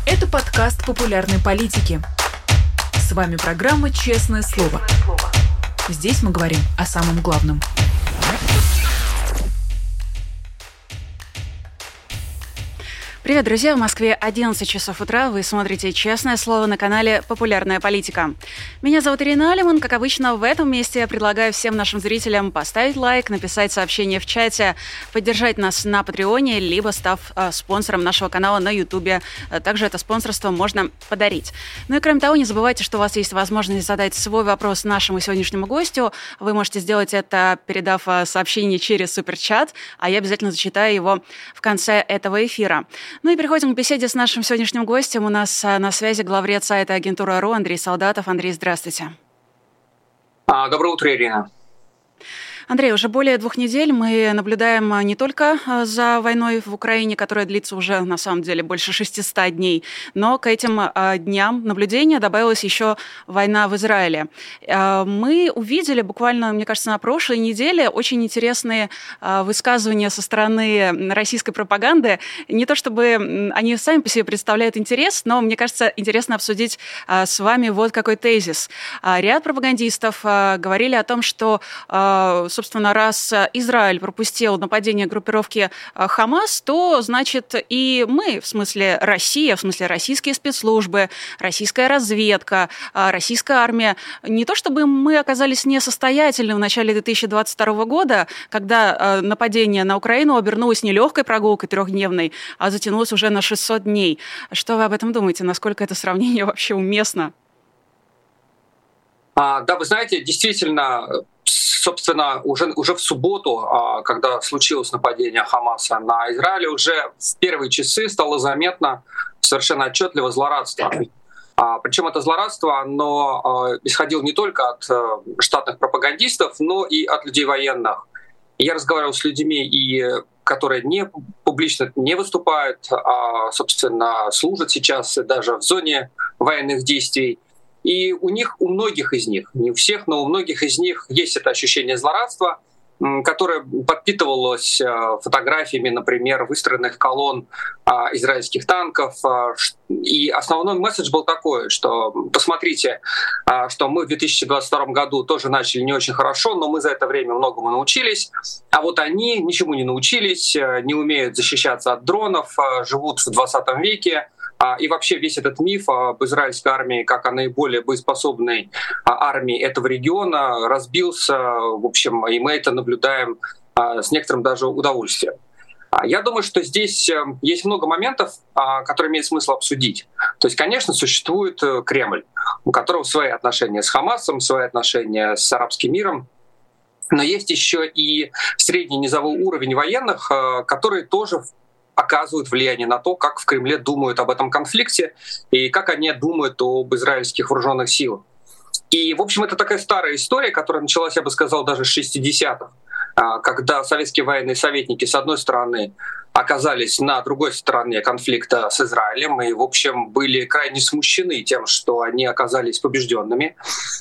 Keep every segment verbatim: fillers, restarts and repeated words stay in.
Это подкаст популярной политики. С вами программа «Честное слово». Здесь мы говорим о самом главном. Привет, друзья! В Москве одиннадцать часов утра. Вы смотрите «Честное слово» на канале «Популярная политика». Меня зовут Ирина Алиман. Как обычно, в этом месте я предлагаю всем нашим зрителям поставить лайк, написать сообщение в чате, поддержать нас на Патреоне, либо став э, спонсором нашего канала на Ютубе. Также это спонсорство можно подарить. Ну и кроме того, не забывайте, что у вас есть возможность задать свой вопрос нашему сегодняшнему гостю. Вы можете сделать это, передав сообщение через суперчат, а я обязательно зачитаю его в конце этого эфира. Ну и переходим к беседе с нашим сегодняшним гостем. У нас на связи главред сайта Агентура.ру Андрей Солдатов. Андрей, здравствуйте. Доброе утро, Ирина. Андрей, уже более двух недель мы наблюдаем не только за войной в Украине, которая длится уже, на самом деле, больше шестисот дней, но к этим дням наблюдения добавилась еще война в Израиле. Мы увидели буквально, мне кажется, на прошлой неделе очень интересные высказывания со стороны российской пропаганды. Не то чтобы они сами по себе представляют интерес, но, мне кажется, интересно обсудить с вами вот какой тезис. Ряд пропагандистов говорили о том, что собственно, раз Израиль пропустил нападение группировки Хамас, то, значит, и мы, в смысле Россия, в смысле российские спецслужбы, российская разведка, российская армия, не то чтобы мы оказались несостоятельны в начале две тысячи двадцать второго года, когда нападение на Украину обернулось не легкой прогулкой трехдневной, а затянулось уже на шестьсот дней. Что вы об этом думаете? Насколько это сравнение вообще уместно? А, да, вы знаете, действительно, собственно, уже, уже в субботу, когда случилось нападение Хамаса на Израиль, уже в первые часы стало заметно совершенно отчетливо злорадство. Причем это злорадство, оно исходило не только от штатных пропагандистов, но и от людей военных. Я разговаривал с людьми, и которые не публично не выступают, а, собственно, служат сейчас даже в зоне военных действий. И у них, у многих из них, не у всех, но у многих из них есть это ощущение злорадства, которое подпитывалось фотографиями, например, выстроенных колонн израильских танков. И основной месседж был такой, что посмотрите, что мы в две тысячи двадцать втором году тоже начали не очень хорошо, но мы за это время многому научились, а вот они ничему не научились, не умеют защищаться от дронов, живут в двадцатом веке. И вообще весь этот миф об израильской армии как о наиболее боеспособной армии этого региона разбился, в общем, и мы это наблюдаем с некоторым даже удовольствием. Я думаю, что здесь есть много моментов, которые имеет смысл обсудить. То есть, конечно, существует Кремль, у которого свои отношения с Хамасом, свои отношения с арабским миром, но есть еще и средний низовой уровень военных, которые тоже оказывают влияние на то, как в Кремле думают об этом конфликте и как они думают об израильских вооруженных силах. И, в общем, это такая старая история, которая началась, я бы сказал, даже с шестидесятых, когда советские военные советники, с одной стороны, оказались на другой стороне конфликта с Израилем и, в общем, были крайне смущены тем, что они оказались побежденными.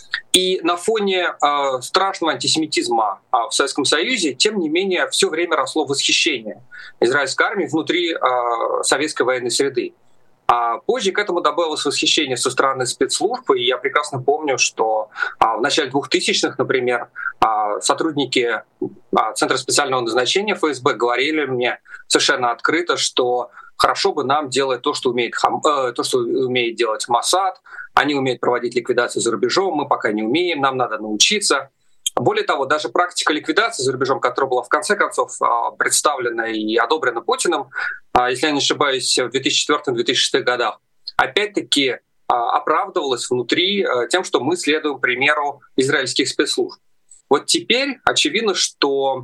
И на фоне э, страшного антисемитизма э, в Советском Союзе, тем не менее, все время росло восхищение израильской армии внутри э, советской военной среды. А позже к этому добавилось восхищение со стороны спецслужб, и я прекрасно помню, что а, в начале двухтысячных, например, а, сотрудники а, Центра специального назначения эф эс бэ говорили мне совершенно открыто, что хорошо бы нам делать то, что умеет, хам, э, то, что умеет делать Моссад, они умеют проводить ликвидацию за рубежом, мы пока не умеем, нам надо научиться. Более того, даже практика ликвидации за рубежом, которая была в конце концов представлена и одобрена Путиным, если я не ошибаюсь, в две тысячи четвёртом — две тысячи шестом годах, опять-таки оправдывалась внутри тем, что мы следуем примеру израильских спецслужб. Вот теперь очевидно, что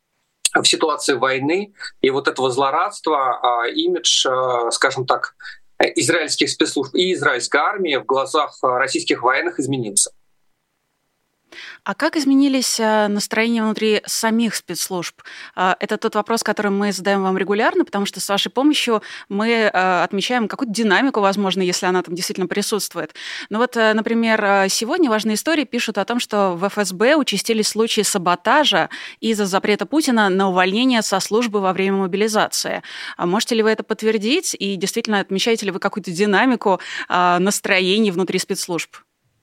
в ситуации войны и вот этого злорадства имидж, скажем так, израильских спецслужб и израильской армии в глазах российских военных изменился. А как изменились настроения внутри самих спецслужб? Это тот вопрос, который мы задаем вам регулярно, потому что с вашей помощью мы отмечаем какую-то динамику, возможно, если она там действительно присутствует. Ну вот, например, сегодня важные истории пишут о том, что в эф эс бэ участились случаи саботажа из-за запрета Путина на увольнение со службы во время мобилизации. А можете ли вы это подтвердить? И действительно отмечаете ли вы какую-то динамику настроений внутри спецслужб?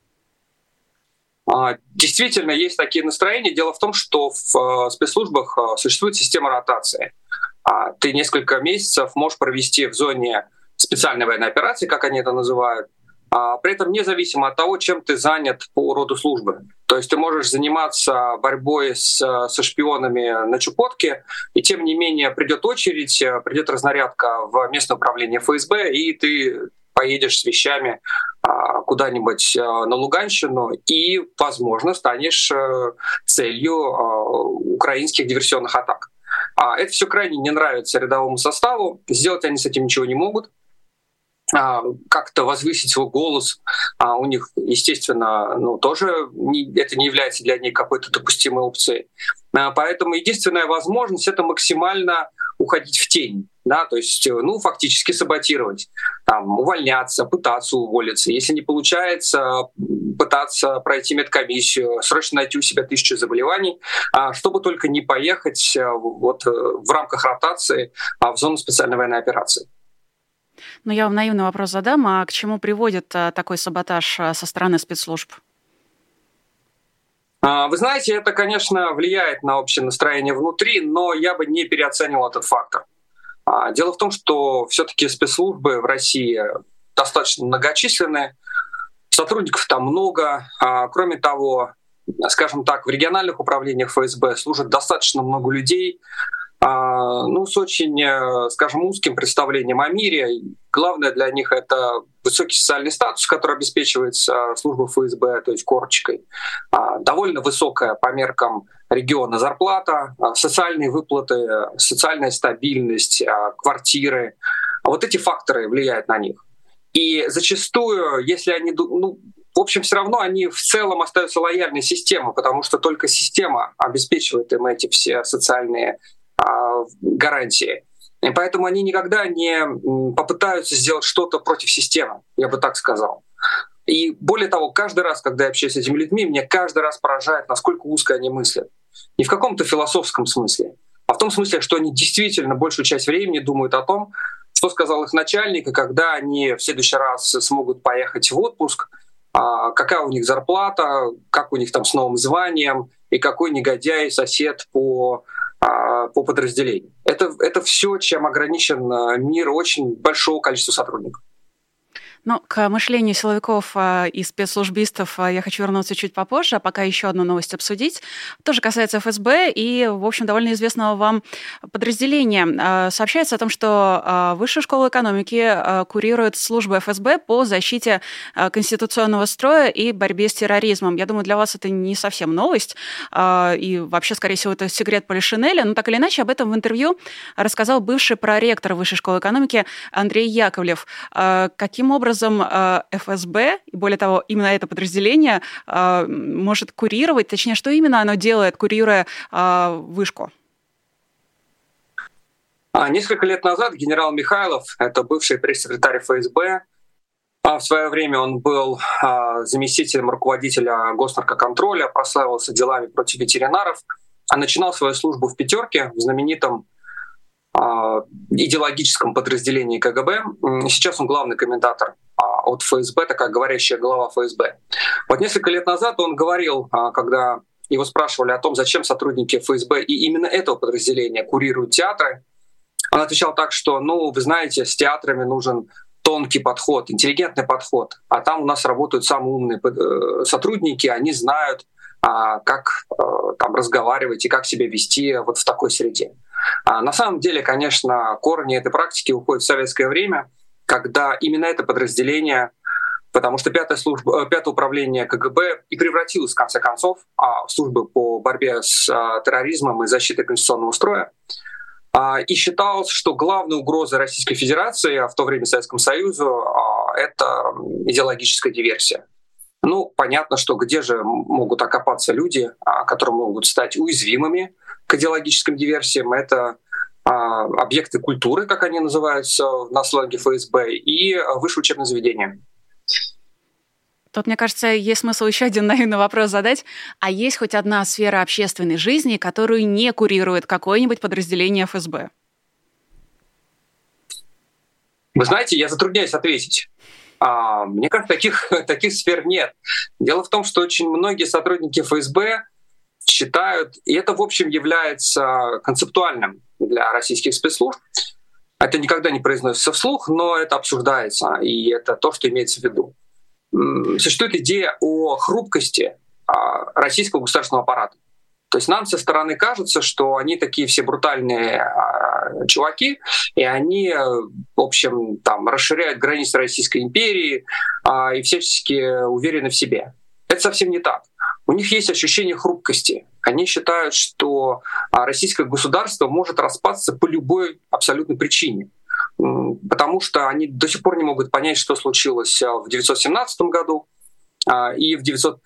Действительно, есть такие настроения. Дело в том, что в спецслужбах существует система ротации. Ты несколько месяцев можешь провести в зоне специальной военной операции, как они это называют, при этом независимо от того, чем ты занят по роду службы. То есть ты можешь заниматься борьбой с, со шпионами на Чукотке, и тем не менее придет очередь, придет разнарядка в местное управление эф эс бэ, и ты поедешь с вещами куда-нибудь на Луганщину и, возможно, станешь целью украинских диверсионных атак. Это все крайне не нравится рядовому составу. Сделать они с этим ничего не могут. Как-то возвысить свой голос у них, естественно, ну, тоже не, это не является для них какой-то допустимой опцией. Поэтому единственная возможность — это максимально уходить в тень, да, то есть, ну, фактически саботировать, там, увольняться, пытаться уволиться. Если не получается, пытаться пройти медкомиссию, срочно найти у себя тысячу заболеваний, чтобы только не поехать вот в рамках ротации в зону специальной военной операции. Ну, я вам наивный вопрос задам. А к чему приводит такой саботаж со стороны спецслужб? Вы знаете, это, конечно, влияет на общее настроение внутри, но я бы не переоценивал этот фактор. Дело в том, что все-таки спецслужбы в России достаточно многочисленные, сотрудников там много. Кроме того, скажем так, в региональных управлениях эф эс бэ служат достаточно много людей, ну, с очень, скажем, узким представлением о мире. Главное для них — это высокий социальный статус, который обеспечивается службой эф эс бэ, то есть корочкой, довольно высокая по меркам региона зарплата, социальные выплаты, социальная стабильность, квартиры. Вот эти факторы влияют на них. И зачастую, если они, ну, в общем, все равно они в целом остаются лояльной системе, потому что только система обеспечивает им эти все социальные гарантии. И поэтому они никогда не попытаются сделать что-то против системы, я бы так сказал. И более того, каждый раз, когда я общаюсь с этими людьми, меня каждый раз поражает, насколько узко они мыслят. Не в каком-то философском смысле, а в том смысле, что они действительно большую часть времени думают о том, что сказал их начальник, и когда они в следующий раз смогут поехать в отпуск, какая у них зарплата, как у них там с новым званием, и какой негодяй сосед по по подразделению. Это, это все, чем ограничен мир очень большого количества сотрудников. Ну, к мышлению силовиков и спецслужбистов я хочу вернуться чуть попозже, а пока еще одну новость обсудить. Тоже касается эф эс бэ и, в общем, довольно известного вам подразделения. Сообщается о том, что Высшую школу экономики курирует служба эф эс бэ по защите конституционного строя и борьбе с терроризмом. Я думаю, для вас это не совсем новость, и вообще, скорее всего, это секрет полишинеля, но так или иначе об этом в интервью рассказал бывший проректор Высшей школы экономики Андрей Яковлев. Каким образом эф эс бэ, и более того, именно это подразделение может курировать, точнее, что именно оно делает, курируя вышку? Несколько лет назад генерал Михайлов, это бывший пресс-секретарь эф эс бэ, в свое время он был заместителем руководителя госнаркоконтроля, прославился делами против ветеринаров, а начинал свою службу в «пятерке», в знаменитом идеологическом подразделении ка гэ бэ. Сейчас он главный комментатор от эф эс бэ, такая говорящая голова эф эс бэ. Вот несколько лет назад он говорил, когда его спрашивали о том, зачем сотрудники эф эс бэ и именно этого подразделения курируют театры, он отвечал так, что, ну, вы знаете, с театрами нужен тонкий подход, интеллигентный подход, а там у нас работают самые умные сотрудники, они знают, как там разговаривать и как себя вести вот в такой среде. На самом деле, конечно, корни этой практики уходят в советское время, когда именно это подразделение, потому что пятая служба, пятое управление ка гэ бэ и превратилось в конце концов в службу по борьбе с терроризмом и защитой конституционного строя. И считалось, что главная угроза Российской Федерации, а в то время Советскому Союзу, это идеологическая диверсия. Ну, понятно, что где же могут окопаться люди, которые могут стать уязвимыми к идеологическим диверсиям. Это объекты культуры, как они называются на сленге эф эс бэ, и высшее учебное заведение. Тут, мне кажется, есть смысл еще один наивный вопрос задать. А есть хоть одна сфера общественной жизни, которую не курирует какое-нибудь подразделение эф эс бэ? Вы знаете, я затрудняюсь ответить. А, мне кажется, таких, таких сфер нет. Дело в том, что очень многие сотрудники эф эс бэ считают, и это, в общем, является концептуальным для российских спецслужб. Это никогда не произносится вслух, но это обсуждается, и это то, что имеется в виду. Существует идея о хрупкости российского государственного аппарата. То есть нам со стороны кажется, что они такие все брутальные а, чуваки, и они, в общем, там, расширяют границы Российской империи а, и всячески уверены в себе. Это совсем не так. У них есть ощущение хрупкости. Они считают, что российское государство может распасться по любой абсолютной причине. Потому что они до сих пор не могут понять, что случилось в девятьсот семнадцатом году и в девятьсот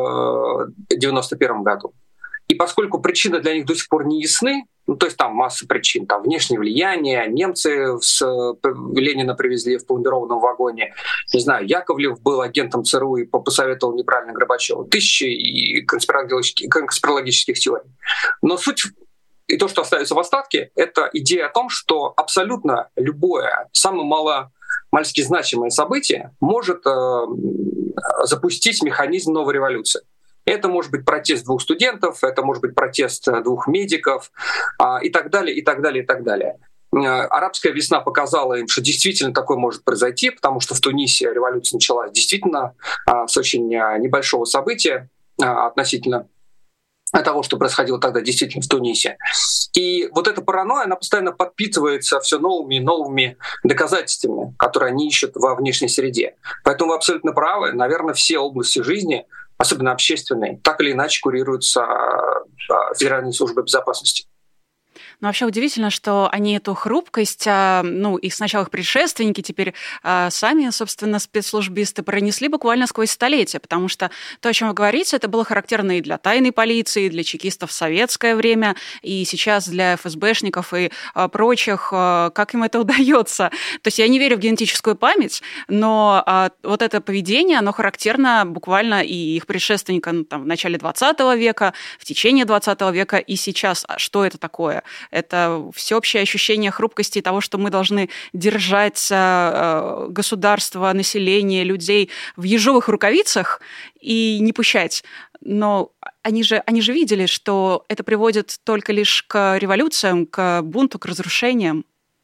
девяносто первом году. И поскольку причины для них до сих пор не ясны, ну, то есть там масса причин, там внешнее влияние, немцы с Ленина привезли в пломбированном вагоне, не знаю, Яковлев был агентом цэ эр у и посоветовал неправильно Горбачеву, тысячи и конспирологических, конспирологических теорий. Но суть и то, что остается в остатке, это идея о том, что абсолютно любое, самое маломальски значимое событие может э, запустить механизм новой революции. Это может быть протест двух студентов, это может быть протест двух медиков а, и так далее, и так далее, и так далее. Арабская весна показала им, что действительно такое может произойти, потому что в Тунисе революция началась действительно а, с очень небольшого события а, относительно того, что происходило тогда действительно в Тунисе. И вот эта паранойя, она постоянно подпитывается все новыми и новыми доказательствами, которые они ищут во внешней среде. Поэтому вы абсолютно правы. Наверное, все области жизни, особенно общественные, так или иначе курируются Федеральной службой безопасности. Но вообще удивительно, что они эту хрупкость, ну, и сначала их предшественники, теперь сами, собственно, спецслужбисты пронесли буквально сквозь столетия, потому что то, о чем вы говорите, это было характерно и для тайной полиции, и для чекистов в советское время, и сейчас для эф эс бэшников и прочих. Как им это удается? То есть я не верю в генетическую память, но вот это поведение, оно характерно буквально и их предшественникам там, в начале двадцатого века, в течение двадцатого века и сейчас. Что это такое? Это всеобщее ощущение хрупкости того, что мы должны держать э, государство, население, людей в ежовых рукавицах и не пущать. Но они же, они же видели, что это приводит только лишь к революциям, к бунту, к разрушениям.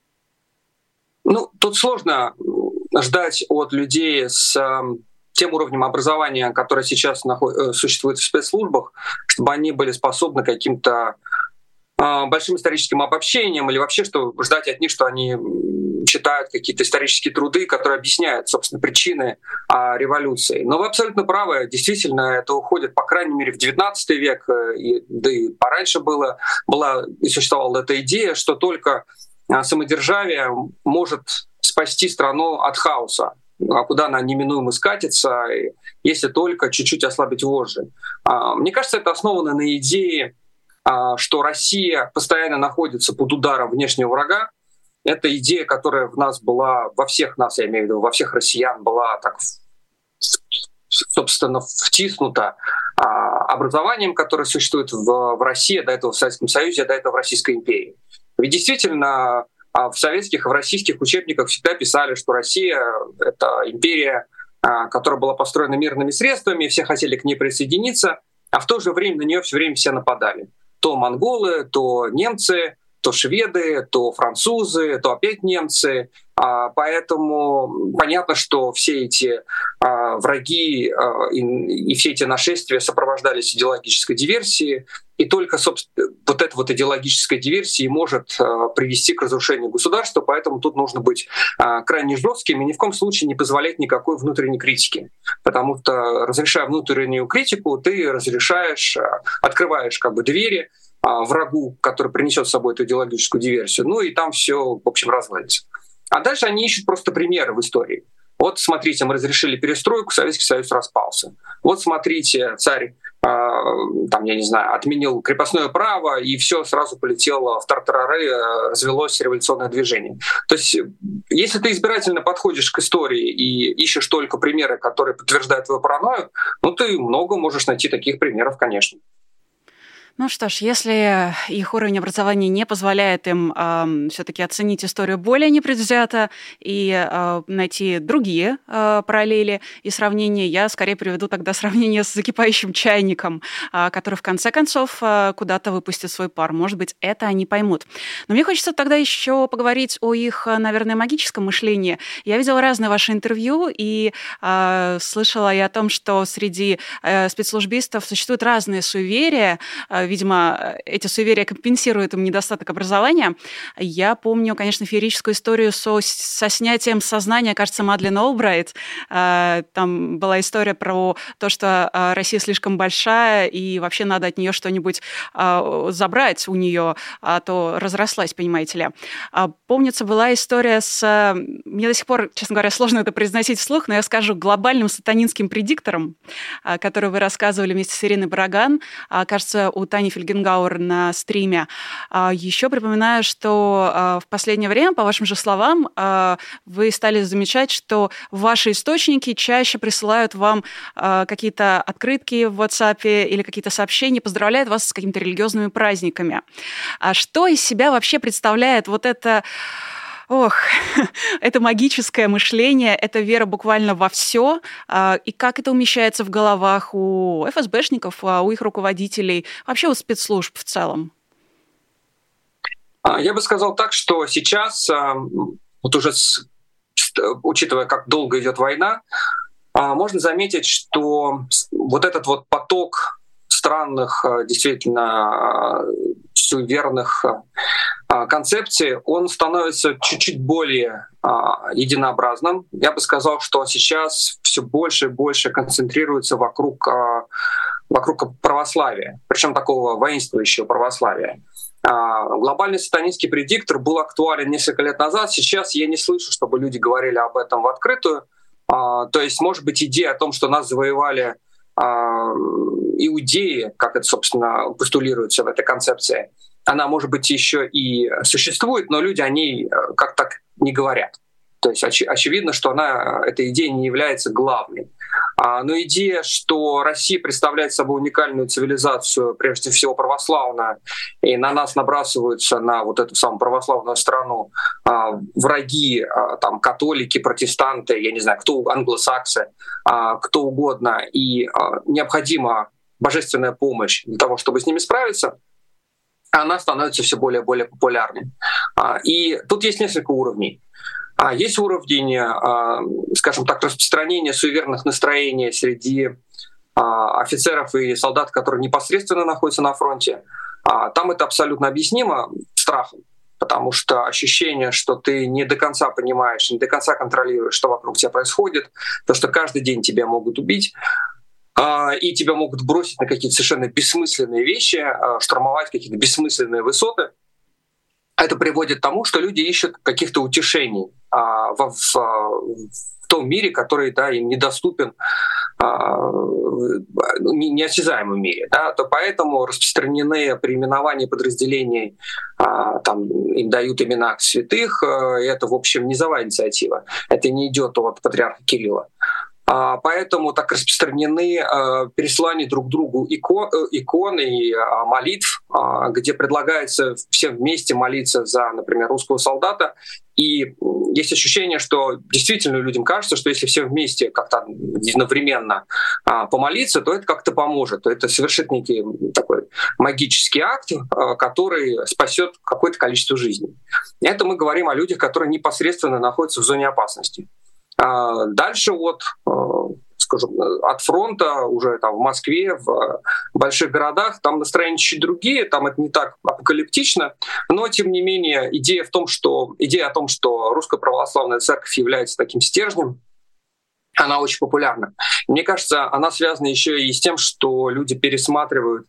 Ну, тут сложно ждать от людей с тем уровнем образования, который сейчас наход... существует в спецслужбах, чтобы они были способны каким-то большим историческим обобщением или вообще что ждать от них, что они читают какие-то исторические труды, которые объясняют, собственно, причины а, революции. Но вы абсолютно правы, действительно, это уходит, по крайней мере, в девятнадцатый век, и, да и пораньше было, была и существовала эта идея, что только самодержавие может спасти страну от хаоса, а куда она неминуемо скатится, если только чуть-чуть ослабить вожжи. А, мне кажется, это основано на идее, что Россия постоянно находится под ударом внешнего врага. Это идея, которая в нас была, во всех нас, я имею в виду, во всех россиян была так, собственно, втиснута образованием, которое существует в, в России, до этого в Советском Союзе, до этого в Российской империи. Ведь действительно в советских и в российских учебниках всегда писали, что Россия — это империя, которая была построена мирными средствами, все хотели к ней присоединиться, а в то же время на нее все время все нападали. То монголы, то немцы, то шведы, то французы, то опять немцы. Поэтому понятно, что все эти враги и все эти нашествия сопровождались идеологической диверсией, и только, собственно, вот эта вот идеологическая диверсия может привести к разрушению государства, поэтому тут нужно быть крайне жестким и ни в коем случае не позволять никакой внутренней критики. Потому что, разрешая внутреннюю критику, ты разрешаешь, открываешь как бы двери врагу, который принесет с собой эту идеологическую диверсию, ну и там все, в общем, развалится. А дальше они ищут просто примеры в истории. Вот смотрите, мы разрешили перестройку, Советский Союз распался. Вот смотрите, царь, там, я не знаю, отменил крепостное право, и все сразу полетело в тартарары, развелось революционное движение. То есть если ты избирательно подходишь к истории и ищешь только примеры, которые подтверждают твою паранойю, ну ты много можешь найти таких примеров, конечно. Ну что ж, если их уровень образования не позволяет им э, все-таки оценить историю более непредвзято и э, найти другие э, параллели и сравнения, я скорее приведу тогда сравнение с закипающим чайником, э, который в конце концов э, куда-то выпустит свой пар. Может быть, это они поймут. Но мне хочется тогда еще поговорить о их, наверное, магическом мышлении. Я видела разные ваши интервью и э, слышала и о том, что среди э, спецслужбистов существуют разные суеверия. Видимо, эти суеверия компенсируют им недостаток образования. Я помню, конечно, феерическую историю со, со снятием сознания, кажется, Мадлен Олбрайт. Там была история про то, что Россия слишком большая, и вообще надо от нее что-нибудь забрать у нее, а то разрослась, понимаете ли. Помнится, была история с... Мне до сих пор, честно говоря, сложно это произносить вслух, но я скажу, глобальным сатанинским предиктором, который вы рассказывали вместе с Ириной Бараган, кажется, у Тани Фельгенгауэр на стриме. Еще припоминаю, что в последнее время, по вашим же словам, вы стали замечать, что ваши источники чаще присылают вам какие-то открытки в WhatsApp или какие-то сообщения, поздравляют вас с какими-то религиозными праздниками. А что из себя вообще представляет вот это... Ох, это магическое мышление, это вера буквально во все, и как это умещается в головах у эф эс бэшников, у их руководителей, вообще у спецслужб в целом? Я бы сказал так, что сейчас, вот уже с, учитывая, как долго идет война, можно заметить, что вот этот вот поток странных, действительно суеверных концепций, он становится чуть-чуть более единообразным. Я бы сказал, что сейчас все больше и больше концентрируется вокруг, вокруг православия, причем такого воинствующего православия. Глобальный сатанинский предиктор был актуален несколько лет назад. Сейчас я не слышу, чтобы люди говорили об этом в открытую. То есть, может быть, идея о том, что нас завоевали иудеи, как это, собственно, постулируется в этой концепции, она, может быть, еще и существует, но люди о ней как так не говорят. То есть оч- очевидно, что она, эта идея не является главной. А, но идея, что Россия представляет собой уникальную цивилизацию, прежде всего православную, и на нас набрасываются, на вот эту самую православную страну, а, враги, а, там, католики, протестанты, я не знаю, кто, англосаксы, а, кто угодно, и а, необходима божественная помощь для того, чтобы с ними справиться, она становится все более и более популярной. И тут есть несколько уровней. Есть уровень, скажем так, распространения суеверных настроений среди офицеров и солдат, которые непосредственно находятся на фронте. Там это абсолютно объяснимо страхом, потому что ощущение, что ты не до конца понимаешь, не до конца контролируешь, что вокруг тебя происходит, то, что каждый день тебя могут убить, и тебя могут бросить на какие-то совершенно бессмысленные вещи, штурмовать какие-то бессмысленные высоты. Это приводит к тому, что люди ищут каких-то утешений в, в, в том мире, который, да, им недоступен, неосязаемом мире. Да, то поэтому распространены переименования подразделений, там, им дают имена святых, и это, в общем, низовая инициатива. Это не идет от патриарха Кирилла. Поэтому так распространены пересылания друг другу икон, икон и молитв, где предлагается всем вместе молиться за, например, русского солдата. И есть ощущение, что действительно людям кажется, что если все вместе как-то одновременно помолиться, то это как-то поможет, то это совершит некий такой магический акт, который спасет какое-то количество жизней. Это мы говорим о людях, которые непосредственно находятся в зоне опасности. Дальше вот, скажем, от фронта уже там в Москве, в больших городах, там настроения чуть другие, там это не так апокалиптично, но тем не менее идея в том, что идея о том, что Русская Православная Церковь является таким стержнем, она очень популярна. Мне кажется, она связана еще и с тем, что люди пересматривают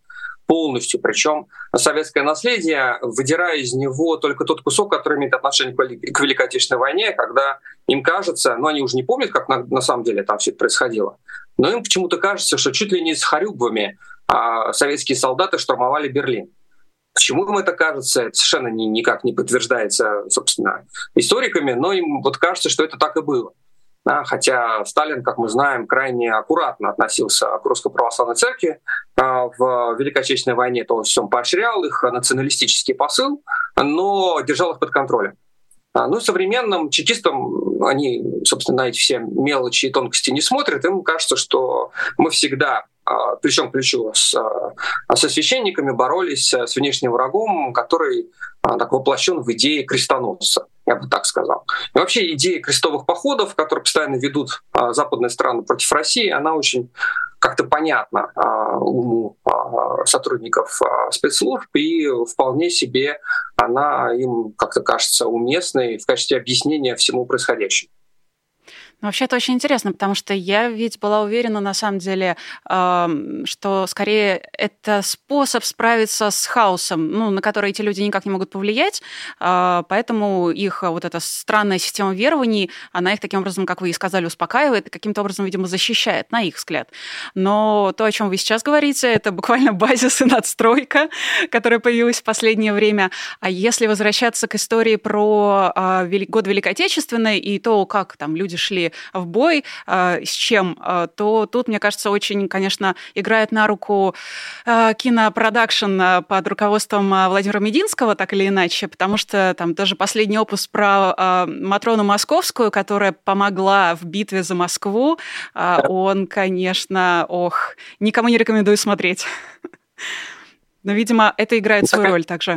полностью. Причем советское наследие, выдирая из него только тот кусок, который имеет отношение к Великой Отечественной войне, когда им кажется, ну они уже не помнят, как на, на самом деле там все это происходило, но им почему-то кажется, что чуть ли не с хорюгвами а, советские солдаты штурмовали Берлин. Почему им это кажется, это совершенно ни, никак не подтверждается, собственно, историками, но им вот кажется, что это так и было. Да, хотя Сталин, как мы знаем, крайне аккуратно относился к Русской Православной Церкви а, в Великой Отечественной войне, то есть он поощрял их националистический посыл, но держал их под контролем. А, ну, современным чекистам, они, собственно, на эти все мелочи и тонкости не смотрят, им кажется, что мы всегда плечом к плечу с, со священниками боролись с внешним врагом, который так воплощен в идее крестоносца, я бы так сказал. И вообще идея крестовых походов, которые постоянно ведут западные страны против России, она очень как-то понятна уму сотрудников спецслужб, и вполне себе она им как-то кажется уместной в качестве объяснения всему происходящему. Вообще это очень интересно, потому что я ведь была уверена, на самом деле, что скорее это способ справиться с хаосом, ну, на который эти люди никак не могут повлиять, поэтому их вот эта странная система верований, она их таким образом, как вы и сказали, успокаивает и каким-то образом, видимо, защищает, на их взгляд. Но то, о чем вы сейчас говорите, это буквально базис и надстройка, которая появилась в последнее время. А если возвращаться к истории про год Великой Отечественной и то, как там люди шли в бой, с чем, то тут, мне кажется, очень, конечно, играет на руку кинопродакшн под руководством Владимира Мединского, так или иначе, потому что там даже последний опус про Матрону Московскую, которая помогла в битве за Москву, он, конечно, ох, никому не рекомендую смотреть. Но, видимо, это играет свою роль также.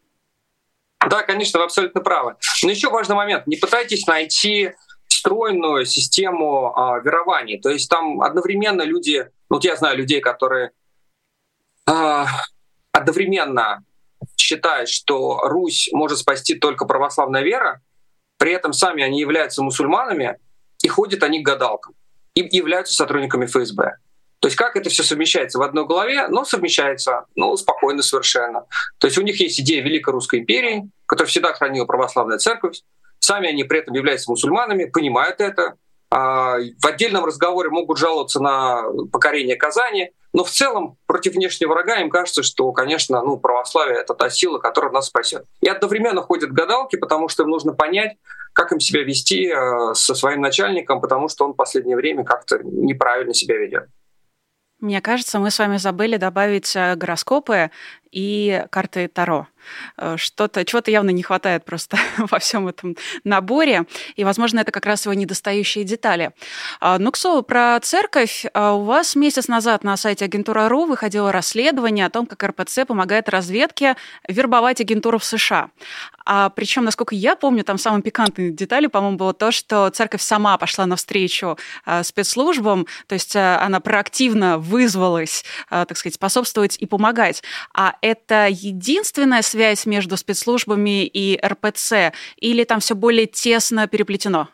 Да, конечно, вы абсолютно правы. Но еще важный момент. Не пытайтесь найти встроенную систему э, верований. То есть там одновременно люди, ну, вот я знаю людей, которые э, одновременно считают, что Русь может спасти только православная вера, при этом сами они являются мусульманами, и ходят они к гадалкам, и являются сотрудниками эф эс бэ. То есть как это все совмещается в одной голове, но совмещается, ну, спокойно совершенно. То есть у них есть идея Великой Русской империи, которую всегда хранила православная церковь. Сами они при этом являются мусульманами, понимают это. В отдельном разговоре могут жаловаться на покорение Казани, но в целом против внешнего врага им кажется, что, конечно, ну, православие — это та сила, которая нас спасет. И одновременно ходят гадалки, потому что им нужно понять, как им себя вести со своим начальником, потому что он в последнее время как-то неправильно себя ведет. Мне кажется, мы с вами забыли добавить гороскопы и карты Таро. Что-то, чего-то явно не хватает просто во всем этом наборе, и, возможно, это как раз его недостающие детали. Ну, к слову, про церковь. У вас месяц назад на сайте агентура точка ру выходило расследование о том, как эр пэ цэ помогает разведке вербовать агентуру в США. А причем, насколько я помню, там самой пикантной деталью, по-моему, было то, что церковь сама пошла навстречу спецслужбам, то есть она проактивно вызвалась, так сказать, способствовать и помогать. А это единственная связь между спецслужбами и эр пэ цэ, или там все более тесно переплетено?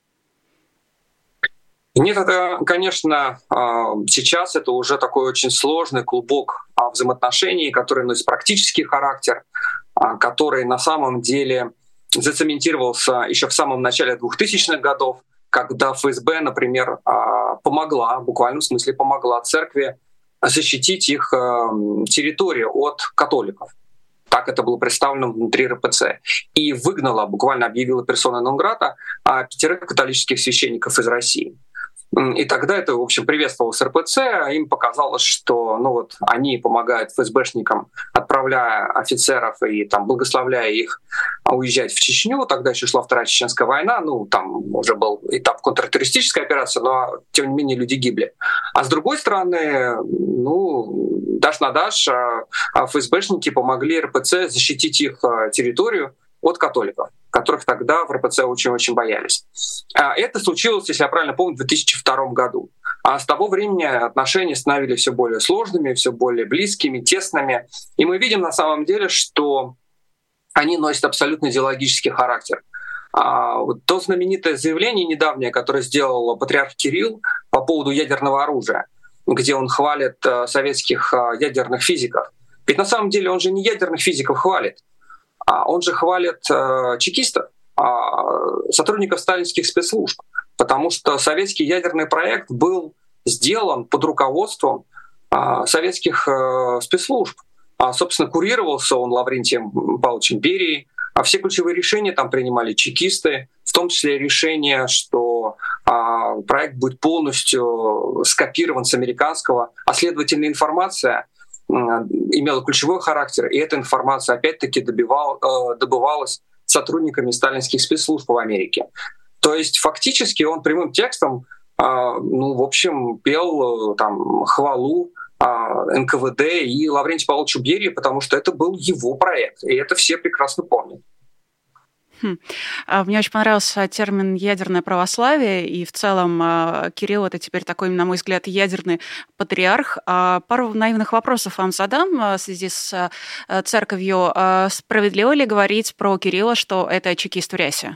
Нет, это, конечно, сейчас это уже такой очень сложный клубок взаимоотношений, который носит практический характер, который на самом деле зацементировался еще в самом начале двухтысячных годов, когда эф эс бэ, например, помогла, в буквальном смысле помогла церкви защитить их территорию от католиков. Так это было представлено внутри эр пэ цэ. И выгнала, буквально объявила персона нон грата пятерых католических священников из России. И тогда это, в общем, приветствовалось эр пэ цэ, им показалось, что ну вот, они помогают эф эс бэшникам, отправляя офицеров и там, благословляя их уезжать в Чечню. Тогда еще шла Вторая Чеченская война, ну там уже был этап контртеррористической операции, но тем не менее люди гибли. А с другой стороны, ну, дашь на дашь, эф эс бэшники помогли эр пэ цэ защитить их территорию от католиков, которых тогда в эр пэ цэ очень-очень боялись. Это случилось, если я правильно помню, в две тысячи втором году. А с того времени отношения становились все более сложными, все более близкими, тесными. И мы видим на самом деле, что они носят абсолютно идеологический характер. То знаменитое заявление недавнее, которое сделал патриарх Кирилл по поводу ядерного оружия, где он хвалит советских ядерных физиков, Ведь на самом деле он же не ядерных физиков хвалит, а он же хвалит э, чекистов, э, сотрудников сталинских спецслужб, потому что советский ядерный проект был сделан под руководством э, советских э, спецслужб. А, собственно, курировался он Лаврентием Павловичем Берией, а все ключевые решения там принимали чекисты, в том числе решение, что а, проект будет полностью скопирован с американского, а следовательно информация а, имела ключевой характер, и эта информация опять-таки добивал, а, добывалась сотрудниками сталинских спецслужб в Америке. То есть фактически он прямым текстом, а, ну, в общем, пел там хвалу эн ка вэ дэ и Лаврентию Павловичу Берии, потому что это был его проект, и это все прекрасно помнят. Хм. Мне очень понравился термин «ядерное православие», и в целом Кирилл — это теперь такой, на мой взгляд, ядерный патриарх. Пару наивных вопросов вам задам в связи с церковью. Справедливо ли говорить про Кирилла, что это чекист в рясе?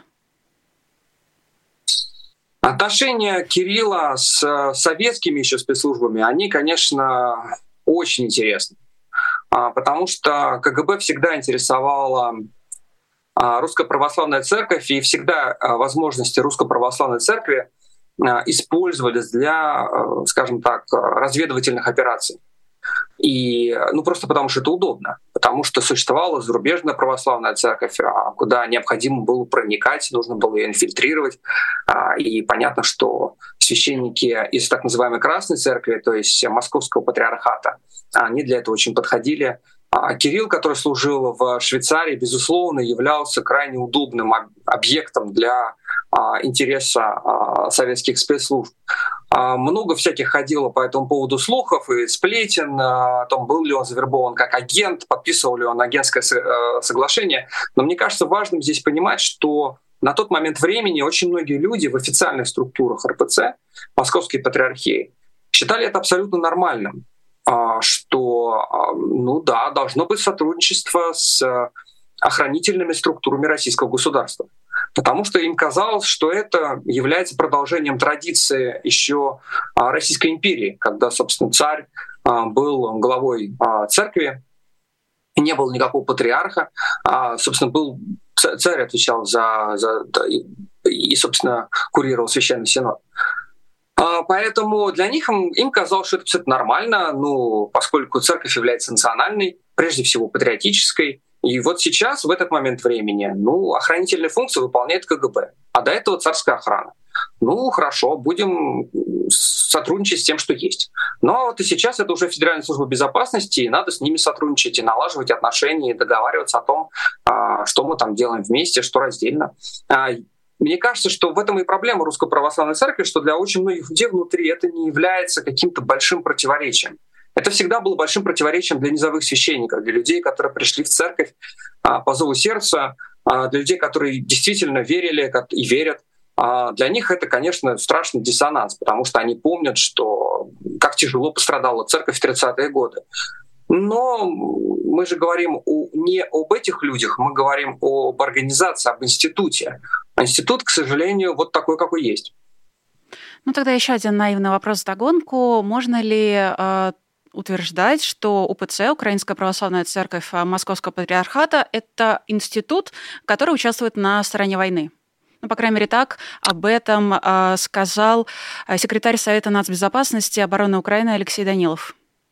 Отношения Кирилла с советскими еще спецслужбами, они, конечно, очень интересны, потому что ка гэ бэ всегда интересовала Русская Православная Церковь, и всегда возможности Русской Православной Церкви использовались для, скажем так, разведывательных операций. И, ну, просто потому что это удобно, потому что существовала зарубежная православная церковь, куда необходимо было проникать, нужно было ее инфильтрировать. И понятно, что священники из так называемой Красной Церкви, то есть Московского патриархата, они для этого очень подходили. Кирилл, который служил в Швейцарии, безусловно, являлся крайне удобным объектом для интереса советских спецслужб. Много всяких ходило по этому поводу слухов и сплетен о том, был ли он завербован как агент, подписывал ли он агентское соглашение. Но мне кажется важным здесь понимать, что на тот момент времени очень многие люди в официальных структурах эр пэ цэ, Московской патриархии, считали это абсолютно нормальным, что, ну да, должно быть сотрудничество с охранительными структурами российского государства. Потому что им казалось, что это является продолжением традиции еще Российской империи, когда, собственно, царь был главой церкви, не было никакого патриарха, а, собственно, был царь отвечал за, за и, собственно, курировал Священный Синод. Поэтому для них им, им казалось, что это абсолютно нормально, ну, поскольку церковь является национальной, прежде всего патриотической. И вот сейчас, в этот момент времени, ну, охранительные функции выполняет ка гэ бэ, а до этого царская охрана. Ну, хорошо, будем сотрудничать с тем, что есть. Но вот и сейчас это уже Федеральная служба безопасности, и надо с ними сотрудничать и налаживать отношения, и договариваться о том, что мы там делаем вместе, что раздельно. Мне кажется, что в этом и проблема Русской Православной Церкви, что для очень многих людей внутри это не является каким-то большим противоречием. Это всегда было большим противоречием для низовых священников, для людей, которые пришли в церковь а, по зову сердца, а, для людей, которые действительно верили и верят. А для них это, конечно, страшный диссонанс, потому что они помнят, что как тяжело пострадала церковь в тридцатые годы. Но мы же говорим о, не об этих людях, мы говорим об организации, об институте. А институт, к сожалению, вот такой, какой есть. Ну тогда еще один наивный вопрос вдогонку. Можно ли э, утверждать, что у пэ цэ, Украинская Православная Церковь Московского Патриархата, это институт, который участвует на стороне войны? Ну, по крайней мере, так об этом э, сказал секретарь Совета нацбезопасности и обороны Украины Алексей Данилов.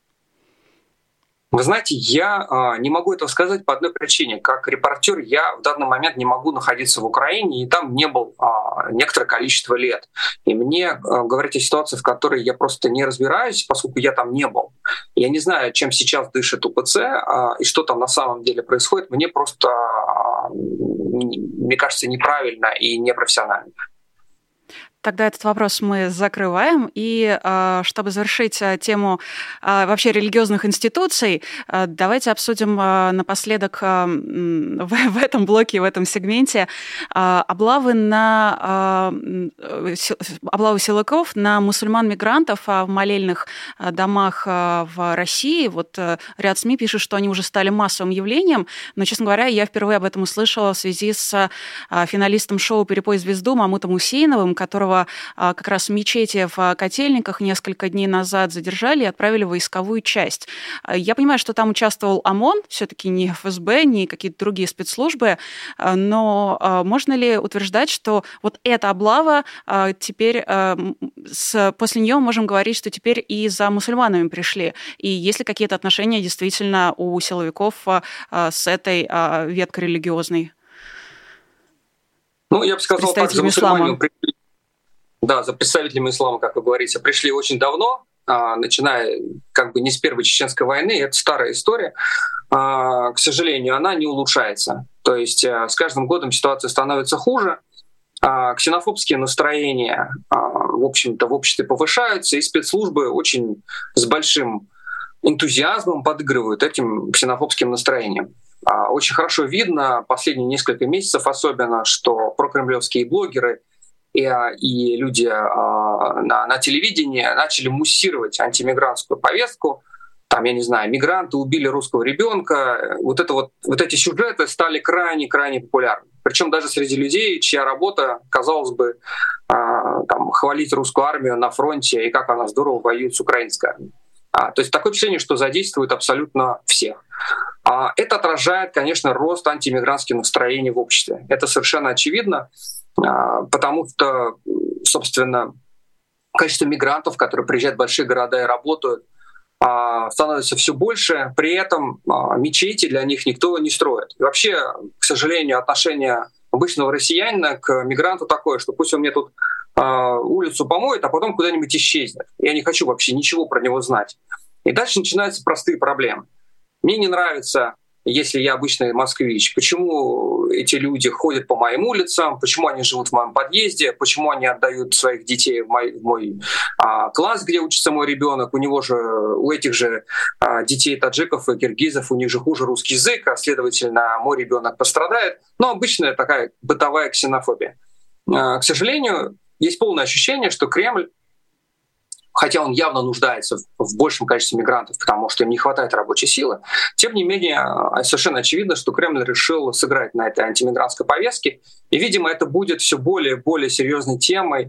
Вы знаете, я э, не могу этого сказать по одной причине. Как репортер я в данный момент не могу находиться в Украине, и там не был э, некоторое количество лет. И мне э, говорить о ситуации, в которой я просто не разбираюсь, поскольку я там не был. Я не знаю, чем сейчас дышит у пэ цэ э, и что там на самом деле происходит. Мне просто, э, мне кажется, неправильно и непрофессионально. Тогда этот вопрос мы закрываем. И чтобы завершить тему вообще религиозных институций, давайте обсудим напоследок в этом блоке, в этом сегменте облавы на облавы силовиков на мусульман-мигрантов в молельных домах в России. Вот ряд СМИ пишут, что они уже стали массовым явлением, но, честно говоря, я впервые об этом услышала в связи с финалистом шоу «Перепой звезду» Мамутом Усейновым, которого в как раз мечети в Котельниках несколько дней назад задержали и отправили в войсковую часть. Я понимаю, что там участвовал ОМОН, все-таки не эф эс бэ, не какие-то другие спецслужбы, но можно ли утверждать, что вот эта облава теперь, после нее можем говорить, что теперь и за мусульманами пришли? И есть ли какие-то отношения действительно у силовиков с этой веткой религиозной? Ну, я бы сказал так, за мусульманами пришли, да, за представителями ислама, как вы говорите, пришли очень давно, начиная как бы не с Первой Чеченской войны, это старая история. К сожалению, она не улучшается. То есть с каждым годом ситуация становится хуже, ксенофобские настроения, в общем-то, в обществе повышаются, и спецслужбы очень с большим энтузиазмом подыгрывают этим ксенофобским настроениям. Очень хорошо видно последние несколько месяцев особенно, что прокремлевские блогеры и, и люди на, на телевидении начали муссировать антимигрантскую повестку. Там, я не знаю, мигранты убили русского ребенка. Вот, это вот, вот эти сюжеты стали крайне-крайне популярны. Причем даже среди людей, чья работа, казалось бы, там, хвалить русскую армию на фронте и как она здорово воюет с украинской армией. А, то есть такое впечатление, что задействуют абсолютно всех. А, это отражает, конечно, рост антимигрантских настроений в обществе. Это совершенно очевидно, а, потому что, собственно, количество мигрантов, которые приезжают в большие города и работают, а, становится все больше. При этом а, мечети для них никто не строит. И вообще, к сожалению, отношение обычного россиянина к мигранту такое, что пусть он мне тут улицу помоет, а потом куда-нибудь исчезнет. Я не хочу вообще ничего про него знать. И дальше начинаются простые проблемы. Мне не нравится, если я обычный москвич, почему эти люди ходят по моим улицам, почему они живут в моем подъезде, почему они отдают своих детей в мой, в мой а, класс, где учится мой ребенок. У него же, у этих же а, детей таджиков и киргизов, у них же хуже русский язык, а следовательно, мой ребенок пострадает. Но обычная такая бытовая ксенофобия. А, к сожалению, есть полное ощущение, что Кремль, хотя он явно нуждается в большем количестве мигрантов, потому что им не хватает рабочей силы, тем не менее совершенно очевидно, что Кремль решил сыграть на этой антимигрантской повестке, и, видимо, это будет все более и более серьезной темой,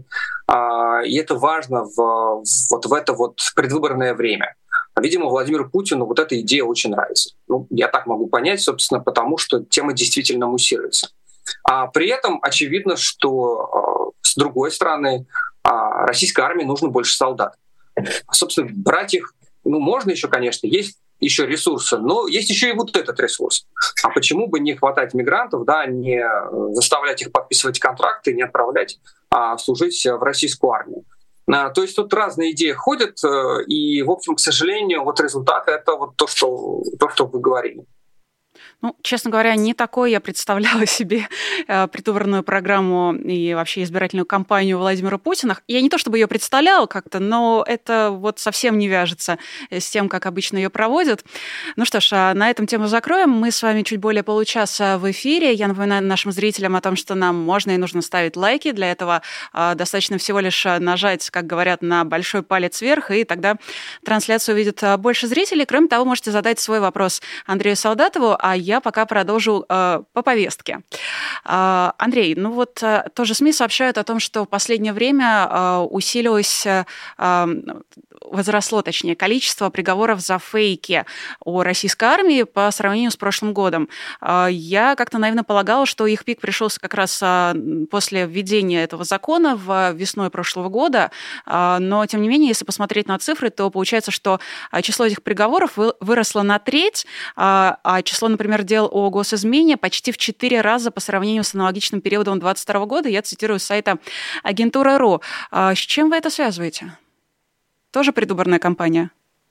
и это важно в, вот в это вот предвыборное время. Видимо, Владимиру Путину вот эта идея очень нравится. Ну, я так могу понять, собственно, потому что тема действительно муссируется. А при этом очевидно, что с другой стороны российской армии нужно больше солдат. Собственно, брать их, ну, можно еще, конечно, есть еще ресурсы, но есть еще и вот этот ресурс. А почему бы не хватать мигрантов, да, не заставлять их подписывать контракты, не отправлять а служить в российскую армию? То есть тут разные идеи ходят, и, в общем, к сожалению, вот результат — это вот то, что, то, что вы говорили. Ну, честно говоря, не такой я представляла себе э, предвыборную программу и вообще избирательную кампанию Владимира Путина. Я не то чтобы ее представляла как-то, но это вот совсем не вяжется с тем, как обычно ее проводят. Ну что ж, на этом тему закроем. Мы с вами чуть более получаса в эфире. Я напоминаю нашим зрителям о том, что нам можно и нужно ставить лайки. Для этого э, достаточно всего лишь нажать, как говорят, на большой палец вверх, и тогда трансляцию увидит больше зрителей. Кроме того, можете задать свой вопрос Андрею Солдатову, а я пока продолжу э, по повестке. Э, Андрей, ну вот э, тоже СМИ сообщают о том, что в последнее время э, усилилось, э, возросло, точнее, количество приговоров за фейки о российской армии по сравнению с прошлым годом. Э, я как-то наивно полагала, что их пик пришелся как раз э, после введения этого закона в весной прошлого года, э, но, тем не менее, если посмотреть на цифры, то получается, что число этих приговоров выросло на треть, э, а число, например, дел о госизмене почти в четыре раза по сравнению с аналогичным периодом двадцать второго года. Я цитирую с сайта агентура точка ру. С чем вы это связываете? Тоже предвыборная кампания?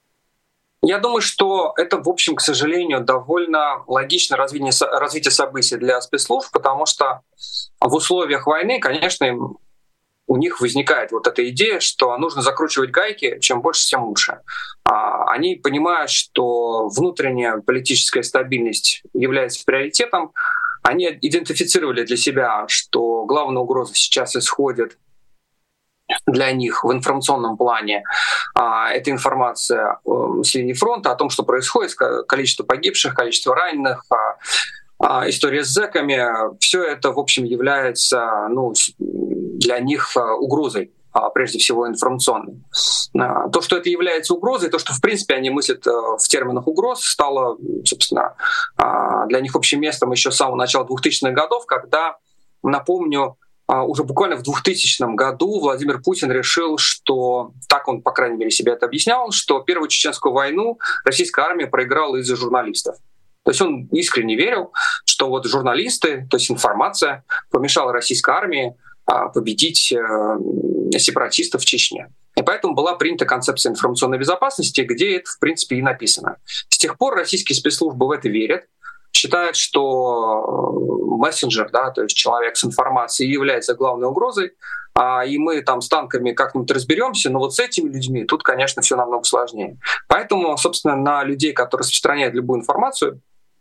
Я думаю, что это, в общем, к сожалению, довольно логичное развитие, развитие событий для спецслужб, потому что в условиях войны, конечно, им у них возникает вот эта идея, что нужно закручивать гайки, чем больше, тем лучше. Они понимают, что внутренняя политическая стабильность является приоритетом. Они идентифицировали для себя, что главная угроза сейчас исходит для них в информационном плане. Это информация с линии фронта о том, что происходит, количество погибших, количество раненых, история с зэками. Все это, в общем, является, ну, для них угрозой, прежде всего информационной. То, что это является угрозой, то, что в принципе они мыслят в терминах угроз, стало, собственно, для них общим местом еще с самого начала двухтысячных годов, когда, напомню, уже буквально в двухтысячном году Владимир Путин решил, что, так он, по крайней мере, себе это объяснял, что Первую Чеченскую войну российская армия проиграла из-за журналистов. То есть он искренне верил, что вот журналисты, то есть информация помешала российской армии победить сепаратистов в Чечне. И поэтому была принята концепция информационной безопасности, где это, в принципе, и написано. С тех пор российские спецслужбы в это верят, считают, что мессенджер, да, то есть человек с информацией, является главной угрозой, и мы там с танками как-нибудь разберемся, но вот с этими людьми тут, конечно, все намного сложнее. Поэтому, собственно, на людей, которые распространяют любую информацию,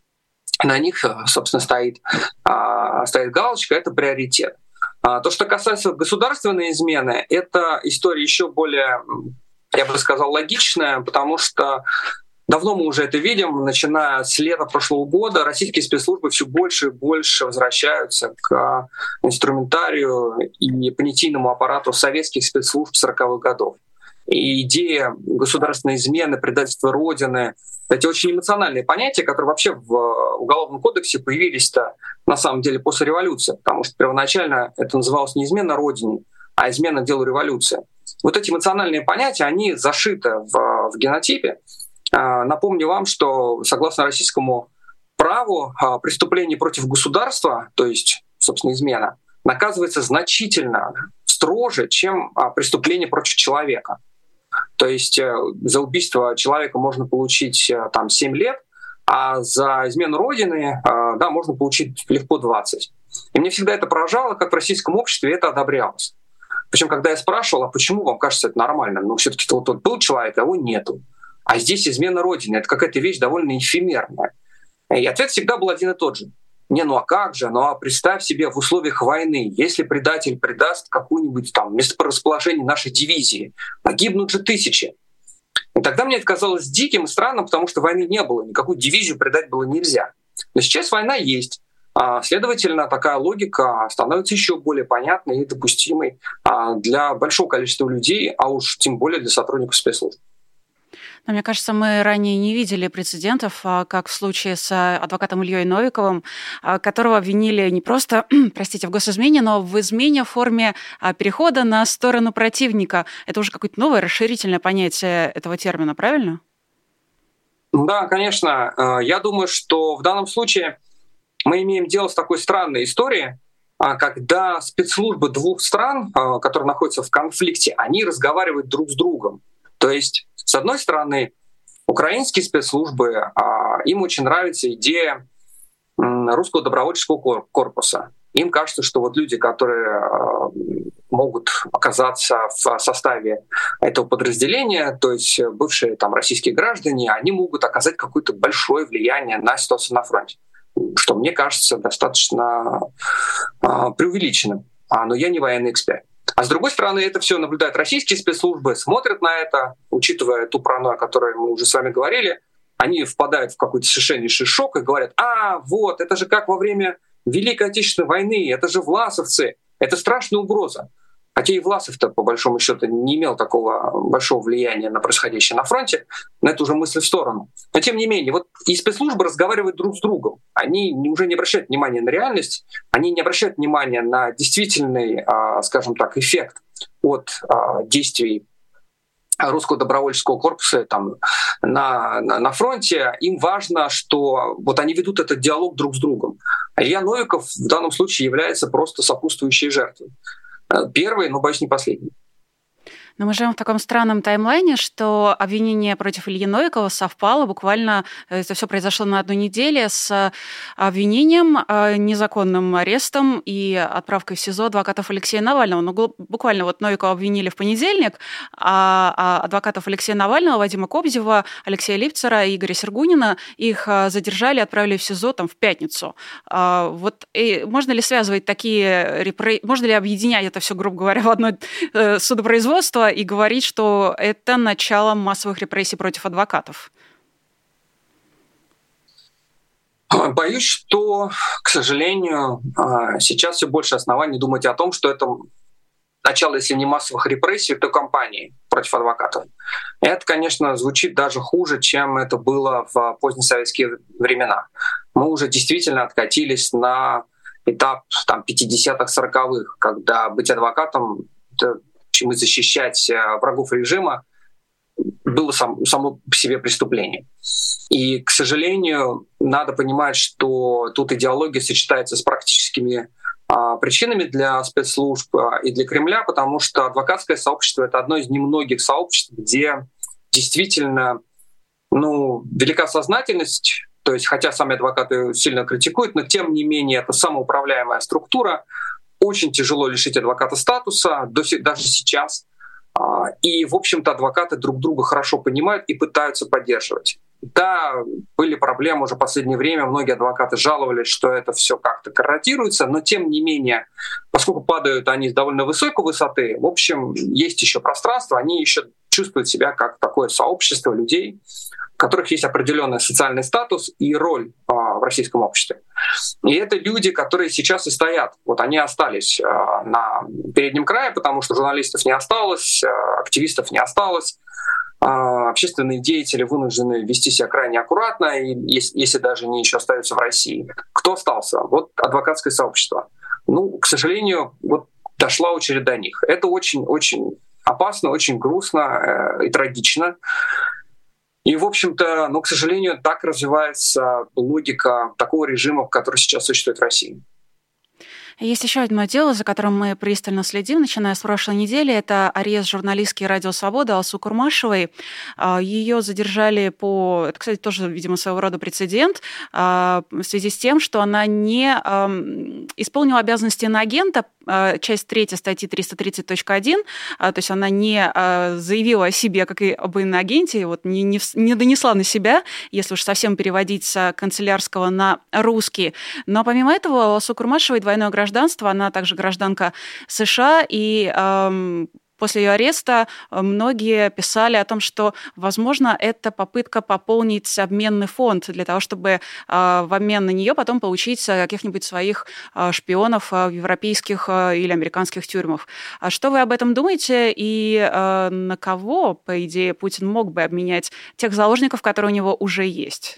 на них, собственно, стоит, стоит галочка, это приоритет. То, что касается государственной измены, это история еще более, я бы сказал, логичная, потому что давно мы уже это видим, начиная с лета прошлого года российские спецслужбы все больше и больше возвращаются к инструментарию и понятийному аппарату советских спецслужб сороковых годов. И идея государственной измены, предательства Родины — эти очень эмоциональные понятия, которые вообще в Уголовном кодексе появились-то на самом деле после революции, потому что первоначально это называлось не измена Родине, а измена делу революции. Вот эти эмоциональные понятия, они зашиты в, в генотипе. Напомню вам, что согласно российскому праву преступление против государства, то есть, собственно, измена, наказывается значительно строже, чем преступление против человека. То есть за убийство человека можно получить там семь лет, а за измену Родины, да, можно получить легко двадцать. И мне всегда это поражало, как в российском обществе это одобрялось. Причем, когда я спрашивал, а почему вам кажется это нормально? Ну, все-таки вот тот был человек, а его нету. А здесь измена Родины — это какая-то вещь довольно эфемерная. И ответ всегда был один и тот же. Не, ну а как же? Ну а представь себе в условиях войны, если предатель предаст какую-нибудь там месторасположение нашей дивизии, погибнут же тысячи. И тогда мне это казалось диким и странным, потому что войны не было, никакую дивизию предать было нельзя. Но сейчас война есть. Следовательно, такая логика становится еще более понятной и допустимой для большого количества людей, а уж тем более для сотрудников спецслужб. Но мне кажется, мы ранее не видели прецедентов, как в случае с адвокатом Ильей Новиковым, которого обвинили не просто, простите, в госизмене, но в измене в форме перехода на сторону противника. Это уже какое-то новое расширительное понятие этого термина, правильно? Да, конечно. Я думаю, что в данном случае мы имеем дело с такой странной историей, когда спецслужбы двух стран, которые находятся в конфликте, они разговаривают друг с другом. То есть, с одной стороны, украинские спецслужбы, им очень нравится идея русского добровольческого корпуса. Им кажется, что вот люди, которые могут оказаться в составе этого подразделения, то есть бывшие там российские граждане, они могут оказать какое-то большое влияние на ситуацию на фронте, что мне кажется достаточно преувеличенным. Но я не военный эксперт. А с другой стороны, это все наблюдают российские спецслужбы, смотрят на это, учитывая ту паранойю, о которой мы уже с вами говорили, они впадают в какой-то совершеннейший шок и говорят: а, вот, это же как во время Великой Отечественной войны, это же власовцы, это страшная угроза. Хотя и Власов-то, по большому счету, не имел такого большого влияния на происходящее на фронте, но это уже мысль в сторону. Но тем не менее, вот и спецслужбы разговаривают друг с другом. Они уже не обращают внимания на реальность, они не обращают внимания на действительный, скажем так, эффект от действий русского добровольческого корпуса там, на, на, на фронте. Им важно, что вот они ведут этот диалог друг с другом. А Илья Новиков в данном случае является просто сопутствующей жертвой. Первый, но, боюсь, не последний. Но мы живем в таком странном таймлайне, что обвинение против Ильи Новикова совпало буквально, это все произошло на одной неделе, с обвинением, незаконным арестом и отправкой в СИЗО адвокатов Алексея Навального. Ну, буквально вот Новикова обвинили в понедельник, а адвокатов Алексея Навального, Вадима Кобзева, Алексея Липцера и Игоря Сергунина, их задержали, отправили в СИЗО там, в пятницу. Вот можно ли связывать такие репрессии, можно ли объединять это все, грубо говоря, в одно судопроизводство и говорить, что это начало массовых репрессий против адвокатов? Боюсь, что, к сожалению, сейчас все больше оснований думать о том, что это начало, если не массовых репрессий, то кампании против адвокатов. Это, конечно, звучит даже хуже, чем это было в позднесоветские времена. Мы уже действительно откатились на этап там, пятидесятых, сороковых, когда быть адвокатом, это, чем и защищать врагов режима, было сам, само по себе преступление. И, к сожалению, надо понимать, что тут идеология сочетается с практическими а, причинами для спецслужб а, и для Кремля, потому что адвокатское сообщество — это одно из немногих сообществ, где действительно ну, велика сознательность, то есть хотя сами адвокаты сильно критикуют, но тем не менее это самоуправляемая структура. Очень тяжело лишить адвоката статуса, даже сейчас. И, в общем-то, адвокаты друг друга хорошо понимают и пытаются поддерживать. Да, были проблемы уже в последнее время, многие адвокаты жаловались, что это все как-то корротируется, но тем не менее, поскольку падают они с довольно высокой высоты, в общем, есть еще пространство, они еще чувствуют себя как такое сообщество людей, у которых есть определенный социальный статус и роль а, в российском обществе. И это люди, которые сейчас и стоят. Вот они остались а, на переднем крае, потому что журналистов не осталось, а, активистов не осталось. А, общественные деятели вынуждены вести себя крайне аккуратно, и если, если даже они еще остаются в России. Кто остался? Вот адвокатское сообщество. Ну, к сожалению, вот дошла очередь до них. Это очень-очень опасно, очень грустно э, и трагично. И, в общем-то, ну, к сожалению, так развивается логика такого режима, который сейчас существует в России. Есть еще одно дело, за которым мы пристально следим, начиная с прошлой недели. Это арест журналистки «Радио Свобода» Алсу Курмашевой. Ее задержали по... Это, кстати, тоже, видимо, своего рода прецедент в связи с тем, что она не исполнила обязанности иноагента, часть третья статьи триста тридцать точка один, то есть она не заявила о себе, как и об иноагенте, вот не, не, не донесла на себя, если уж совсем переводить с канцелярского на русский. Но помимо этого у Алсу Курмашевой двойное гражданство, она также гражданка США, и эм, после ее ареста многие писали о том, что, возможно, это попытка пополнить обменный фонд для того, чтобы э, в обмен на нее потом получить каких-нибудь своих э, шпионов э, в европейских э, или американских тюрьмах. А что вы об этом думаете и э, на кого, по идее, Путин мог бы обменять тех заложников, которые у него уже есть?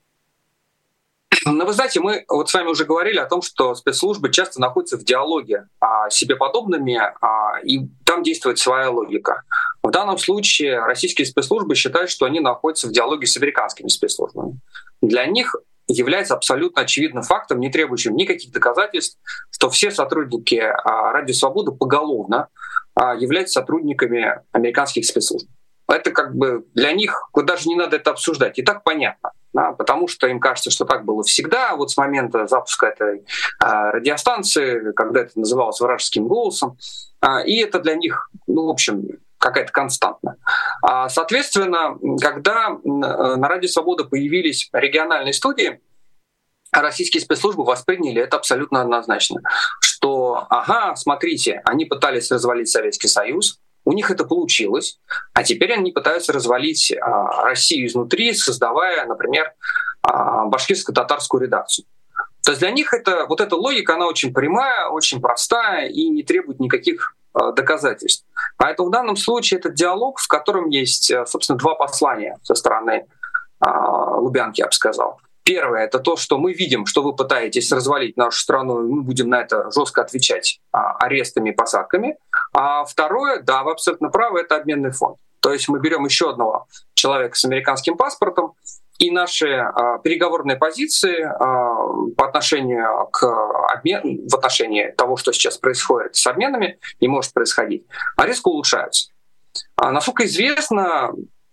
Ну, вы знаете, мы вот с вами уже говорили о том, что спецслужбы часто находятся в диалоге а, с себе подобными, а, и там действует своя логика. В данном случае российские спецслужбы считают, что они находятся в диалоге с американскими спецслужбами. Для них является абсолютно очевидным фактом, не требующим никаких доказательств, что все сотрудники а, «Радио Свобода» поголовно а, являются сотрудниками американских спецслужб. Это как бы для них, вот даже не надо это обсуждать, и так понятно. Да, потому что им кажется, что так было всегда, вот с момента запуска этой а, радиостанции, когда это называлось вражеским голосом, а, и это для них, ну, в общем, какая-то константа. А, соответственно, когда на «Радио Свобода» появились региональные студии, российские спецслужбы восприняли это абсолютно однозначно, что, ага, смотрите, они пытались развалить Советский Союз, у них это получилось, а теперь они пытаются развалить а, Россию изнутри, создавая, например, а, башкирско-татарскую редакцию. То есть для них это, вот эта логика, она очень прямая, очень простая и не требует никаких а, доказательств. Поэтому в данном случае это диалог, в котором есть, собственно, два послания со стороны а, Лубянки, я бы сказал. Первое — это то, что мы видим, что вы пытаетесь развалить нашу страну, и мы будем на это жестко отвечать а, арестами и посадками. А второе, да, вы абсолютно правы, это обменный фонд. То есть мы берем еще одного человека с американским паспортом, и наши а, переговорные позиции а, по отношению к обмену, в отношении того, что сейчас происходит с обменами и может происходить, резко улучшаются. А, насколько известно,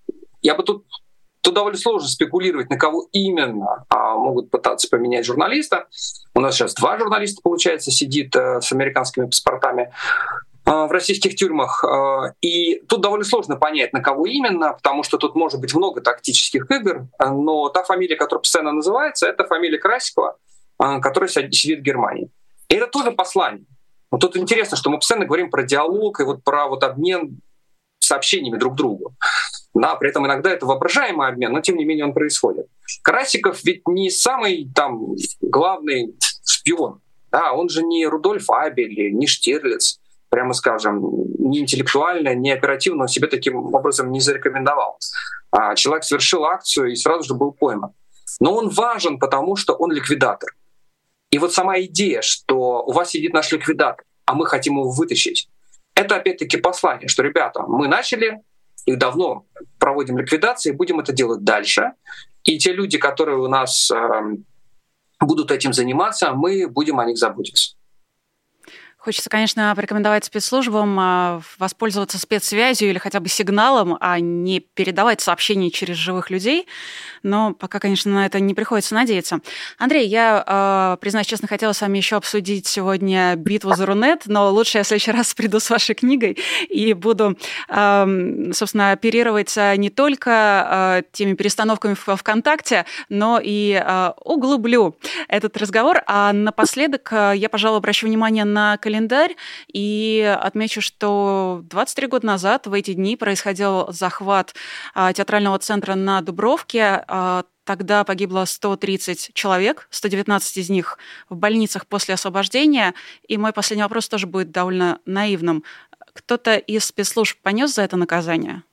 я бы тут Тут довольно сложно спекулировать, на кого именно а, могут пытаться поменять журналиста. У нас сейчас два журналиста, получается, сидит а, с американскими паспортами а, в российских тюрьмах. А, и тут довольно сложно понять, на кого именно, потому что тут может быть много тактических игр, но та фамилия, которая постоянно называется, это фамилия Красикова, а, которая сидит в Германии. И это тоже послание. Вот тут интересно, что мы постоянно говорим про диалог и вот про вот обмен сообщениями друг другу. Да, при этом иногда это воображаемый обмен, но тем не менее он происходит. Красиков ведь не самый там главный шпион. Да, он же не Рудольф Абель, не Штирлиц. прямо скажем, ни интеллектуально, ни оперативно он себе таким образом не зарекомендовал. Человек совершил акцию и сразу же был пойман. Но он важен, потому что он ликвидатор. И вот сама идея, что у вас сидит наш ликвидатор, а мы хотим его вытащить, это опять-таки послание, что, ребята, мы начали и давно проводим ликвидации, будем это делать дальше. И те люди, которые у нас э, будут этим заниматься, мы будем о них заботиться. Хочется, конечно, порекомендовать спецслужбам воспользоваться спецсвязью или хотя бы сигналом, а не передавать сообщения через живых людей. Но пока, конечно, на это не приходится надеяться. Андрей, я, признаюсь честно, хотела с вами еще обсудить сегодня битву за Рунет, но лучше я в следующий раз приду с вашей книгой и буду, собственно, оперировать не только теми перестановками в ВКонтакте, но и углублю этот разговор. А напоследок я, пожалуй, обращу внимание на календарь и отмечу, что двадцать три года назад в эти дни происходил захват театрального центра на Дубровке. Тогда погибло сто тридцать человек, сто девятнадцать из них в больницах после освобождения. И мой последний вопрос тоже будет довольно наивным. Кто-то из спецслужб понес за это наказание?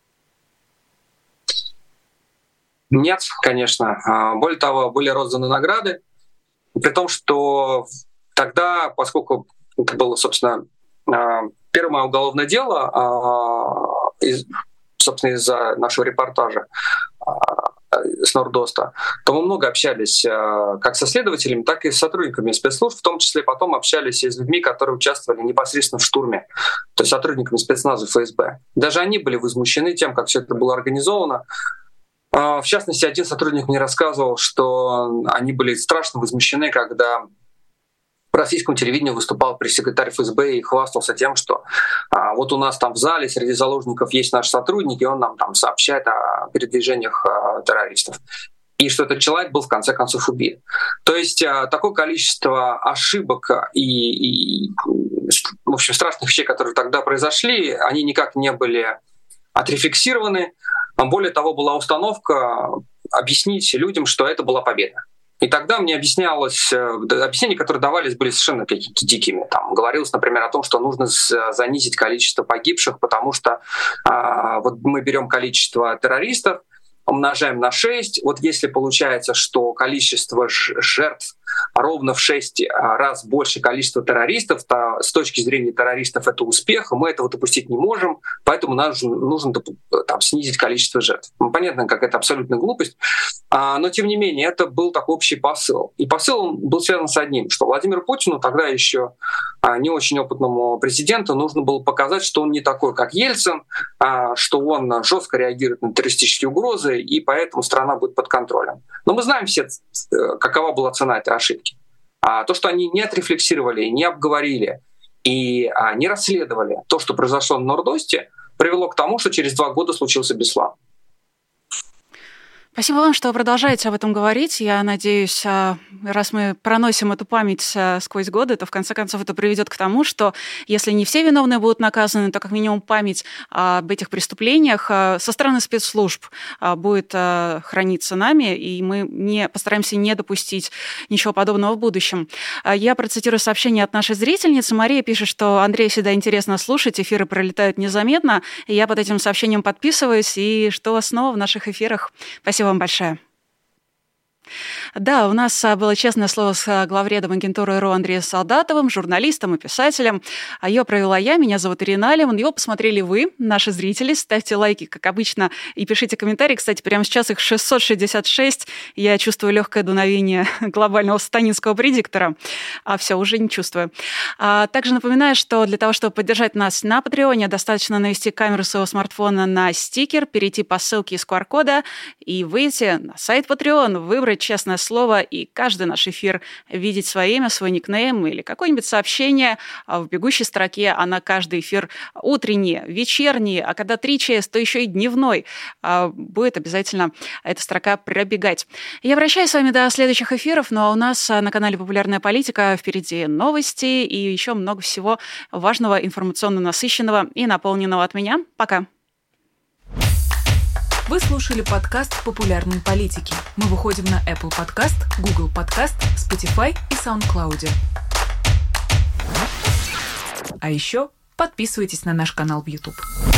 Нет, конечно. Более того, были розданы награды. При том, что тогда, поскольку это было, собственно, первое мое уголовное дело, собственно, из-за нашего репортажа с Нордоста, то мы много общались как со следователями, так и с сотрудниками спецслужб, в том числе потом общались и с людьми, которые участвовали непосредственно в штурме, то есть сотрудниками спецназа ФСБ. Даже они были возмущены тем, как все это было организовано. В частности, один сотрудник мне рассказывал, что они были страшно возмущены, когда по российскому телевидению выступал пресс-секретарь ФСБ и хвастался тем, что а, вот у нас там в зале среди заложников есть наш сотрудник, и он нам там сообщает о передвижениях а, террористов. И что этот человек был в конце концов убит. То есть а, такое количество ошибок и, и в общем, страшных вещей, которые тогда произошли, они никак не были отрефлексированы. Более того, была установка объяснить людям, что это была победа. И тогда мне объяснялось, объяснения, которые давались, были совершенно какими-то дикими. Там говорилось, например, о том, что нужно занизить количество погибших, потому что а, вот мы берем количество террористов, умножаем на шесть. Вот если получается, что количество жертв ровно в шесть раз больше количества террористов, то с точки зрения террористов это успех, мы этого допустить не можем, поэтому нам нужно там, снизить количество жертв. Ну, понятно, как это абсолютная глупость, а, но тем не менее это был такой общий посыл. И посыл он был связан с одним, что Владимиру Путину, тогда еще а, не очень опытному президенту, нужно было показать, что он не такой, как Ельцин, а, что он жестко реагирует на террористические угрозы, и поэтому страна будет под контролем. Но мы знаем все, какова была цена этой ошибки. А то, что они не отрефлексировали, не обговорили и а, не расследовали то, что произошло на Нордосте, привело к тому, что через два года случился Беслан. Спасибо вам, что вы продолжаете об этом говорить. Я надеюсь, раз мы проносим эту память сквозь годы, то в конце концов это приведет к тому, что если не все виновные будут наказаны, то как минимум память об этих преступлениях со стороны спецслужб будет храниться нами, и мы не постараемся не допустить ничего подобного в будущем. Я процитирую сообщение от нашей зрительницы. Мария пишет, что Андрею всегда интересно слушать, эфиры пролетают незаметно. И я под этим сообщением подписываюсь, и что снова в наших эфирах. Спасибо вам большое. Да, у нас было честное слово с главредом агентуры РУ Андреем Солдатовым, журналистом и писателем. А ее провела я, меня зовут Ирина Алиман. Его посмотрели вы, наши зрители. Ставьте лайки, как обычно, и пишите комментарии. Кстати, прямо сейчас их шестьсот шестьдесят шесть. Я чувствую легкое дуновение глобального сатанинского предиктора. А все, уже не чувствую. А также напоминаю, что для того, чтобы поддержать нас на Патреоне, достаточно навести камеру своего смартфона на стикер, перейти по ссылке из ку ар-кода и выйти на сайт Patreon, выбрать честное слово и каждый наш эфир видеть свое имя, свой никнейм или какое-нибудь сообщение в бегущей строке, а на каждый эфир утренний, вечерний, а когда три ЧС, то еще и дневной, будет обязательно эта строка пробегать. Я прощаюсь с вами до следующих эфиров, ну а у нас на канале «Популярная политика» впереди новости и еще много всего важного, информационно насыщенного и наполненного от меня. Пока! Вы слушали подкаст «Популярной политики». Мы выходим на Apple Podcast, Google Podcast, Spotify и SoundCloud. А еще Подписывайтесь на наш канал в YouTube.